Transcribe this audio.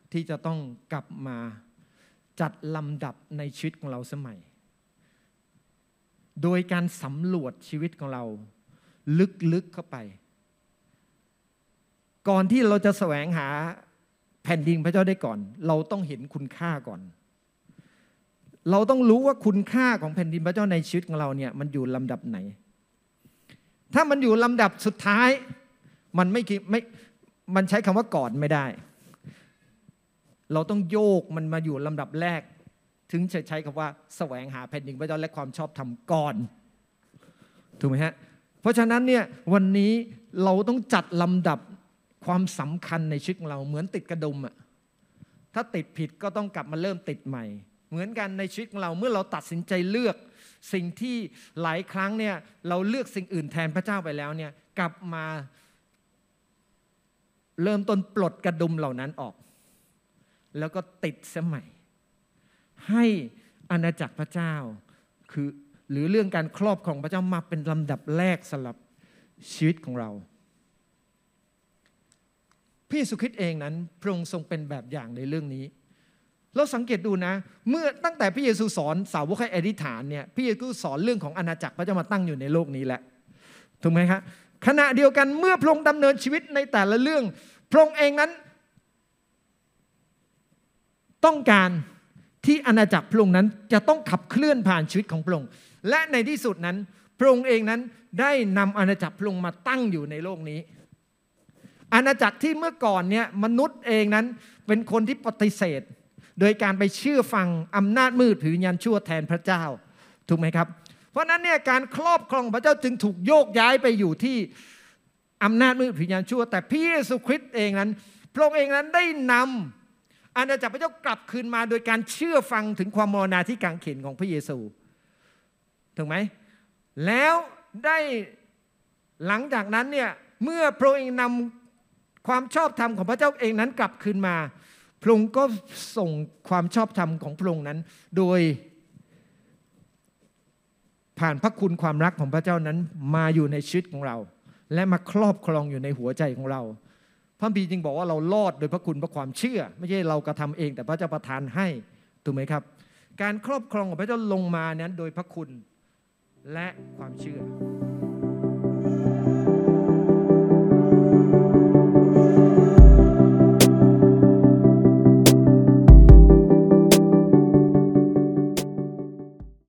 ที่จะต้องกลับมาจัดลำดับในชีวิตของเราสมัยโดยการสำรวจชีวิตของเราลึกๆเข้าไปก่อนที่เราจะแสวงหาแผ่นดินพระเจ้าได้ก่อนเราต้องเห็นคุณค่าก่อนเราต้องรู้ว่าคุณค่าของแผ่นดินพระเจ้าในชีวิตของเราเนี่ยมันอยู่ลำดับไหนถ้ามันอยู่ลำดับสุดท้ายมันใช้คำว่าก่อนไม่ได้เราต้องโยกมันมาอยู่ลำดับแรกถึงจะใช้คำว่าแสวงหาแผ่นดินพระเจ้าและความชอบธรรมก่อนถูกไหมฮะเพราะฉะนั้นเนี่ยวันนี้เราต้องจัดลำดับความสำคัญในชีวิตของเราเหมือนติดกระดุมอะถ้าติดผิดก็ต้องกลับมาเริ่มติดใหม่เหมือนกันในชีวิตของเราเมื่อเราตัดสินใจเลือกสิ่งที่หลายครั้งเนี่ยเราเลือกสิ่งอื่นแทนพระเจ้าไปแล้วเนี่ยกลับมาเริ่มต้นปลดกระดุมเหล่านั้นออกแล้วก็ติดเสียใหม่ให้อาณาจักรพระเจ้าหรือเรื่องการครอบครองพระเจ้ามาเป็นลำดับแรกสำหรับชีวิตของเราพระเยซูคริสต์เองนั้นพระองค์ทรงเป็นแบบอย่างในเรื่องนี้เราสังเกตดูนะเมื่อตั้งแต่พระเยซูสอนสาวกให้อธิษฐานเนี่ยพระเยซูสอนเรื่องของอาณาจักรพระเจ้ามาตั้งอยู่ในโลกนี้แหละถูกไหมครับขณะเดียวกันเมื่อพระองค์ดำเนินชีวิตในแต่ละเรื่องพระองค์เองนั้นต้องการที่อาณาจักรพระองค์นั้นจะต้องขับเคลื่อนผ่านชีวิตของพระองค์และในที่สุดนั้นพระองค์เองนั้นได้นำอาณาจักรพระองค์มาตั้งอยู่ในโลกนี้อาณาจักรที่เมื่อก่อนเนี่ยมนุษย์เองนั้นเป็นคนที่ปฏิเสธโดยการไปเชื่อฟังอำนาจมืดหรือวิญญาณชั่วแทนพระเจ้าถูกไหมครับเพราะนั้นเนี่ยการครอบครองพระเจ้าจึงถูกโยกย้ายไปอยู่ที่อำนาจมืดวิญญาณชั่วแต่พระเยซูคริสต์เองนั้นพระองค์เองนั้นได้นำอาณาจักรพระเจ้ากลับคืนมาโดยการเชื่อฟังถึงความมรณาธิกางเขนของพระเยซูถูกไหมแล้วได้หลังจากนั้นเนี่ยเมื่อพระองค์เองนำความชอบธรรมของพระเจ้าเองนั้นกลับคืนมาพระองค์ก็ส่งความชอบธรรมของพระองค์นั้นโดยผ่านพระคุณความรักของพระเจ้านั้นมาอยู่ในชีวิตของเราและมาครอบครองอยู่ในหัวใจของเราพระคัมภีร์จึงบอกว่าเรารอดโดยพระคุณพระความเชื่อไม่ใช่เรากระทำเองแต่พระเจ้าประทานให้ถูกไหมครับการครอบครองของพระเจ้าลงมานั้นโดยพระคุณและความเชื่อ